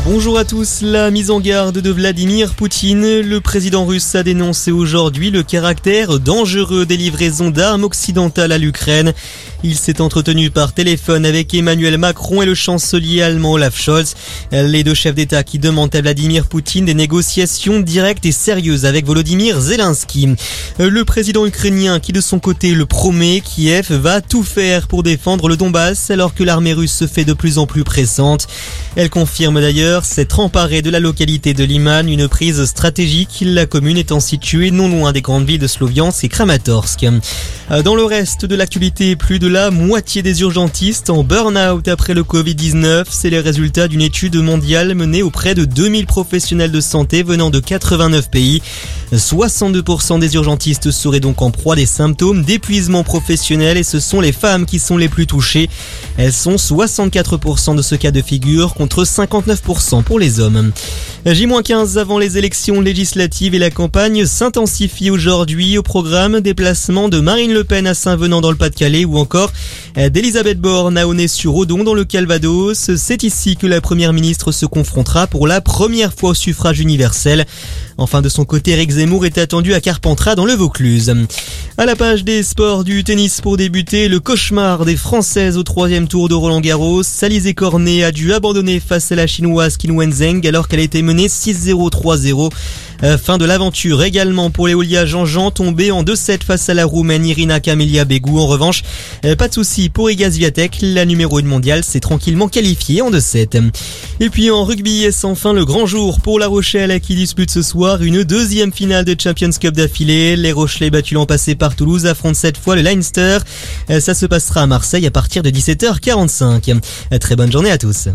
Bonjour à tous. La mise en garde de Vladimir Poutine. Le président russe a dénoncé aujourd'hui le caractère dangereux des livraisons d'armes occidentales à l'Ukraine. Il s'est entretenu par téléphone avec Emmanuel Macron et le chancelier allemand Olaf Scholz. Les deux chefs d'État qui demandent à Vladimir Poutine des négociations directes et sérieuses avec Volodymyr Zelensky. Le président ukrainien qui de son côté le promet, Kiev va tout faire pour défendre le Donbass alors que l'armée russe se fait de plus en plus pressante. Elle confirme d'ailleurs s'être emparée de la localité de Liman, une prise stratégique, la commune étant située non loin des grandes villes de Sloviansk et Kramatorsk. Dans le reste de l'actualité, plus de la moitié des urgentistes en burn-out après le Covid-19. C'est les résultats d'une étude mondiale menée auprès de 2000 professionnels de santé venant de 89 pays. 62% des urgentistes seraient donc en proie des symptômes d'épuisement professionnel et ce sont les femmes qui sont les plus touchées. Elles sont 64% de ce cas de figure contre 59% pour les hommes. J-15 avant les élections législatives et la campagne s'intensifie aujourd'hui. Au programme, déplacement de Marine Le Pen à Saint-Venant dans le Pas-de-Calais ou encore d'Elisabeth Borne à Aulnay-sur-Odon dans le Calvados. C'est ici que la première ministre se confrontera pour la première fois au suffrage universel. Enfin, de son côté, Éric Zemmour est attendu à Carpentras dans le Vaucluse. À la page des sports du tennis pour débuter, le cauchemar des Françaises au 3e tour de Roland-Garros. Alizé Cornet a dû abandonner face à la Chinoise Qin Wenzheng alors qu'elle était menée 6-0, 3-0. Fin de l'aventure également pour l'Éolia Jean-Jean, tombé en 2-7 face à la Roumaine Irina Camelia Begu. En revanche, pas de souci pour Iga Swiatek, la numéro 1 mondiale s'est tranquillement qualifiée en 2-7. Et puis en rugby, c'est enfin le grand jour pour La Rochelle qui dispute ce soir une deuxième finale de Champions Cup d'affilée. Les Rochelais battus l'an passé par Toulouse affrontent cette fois le Leinster. Ça se passera à Marseille à partir de 17h45. Très bonne journée à tous.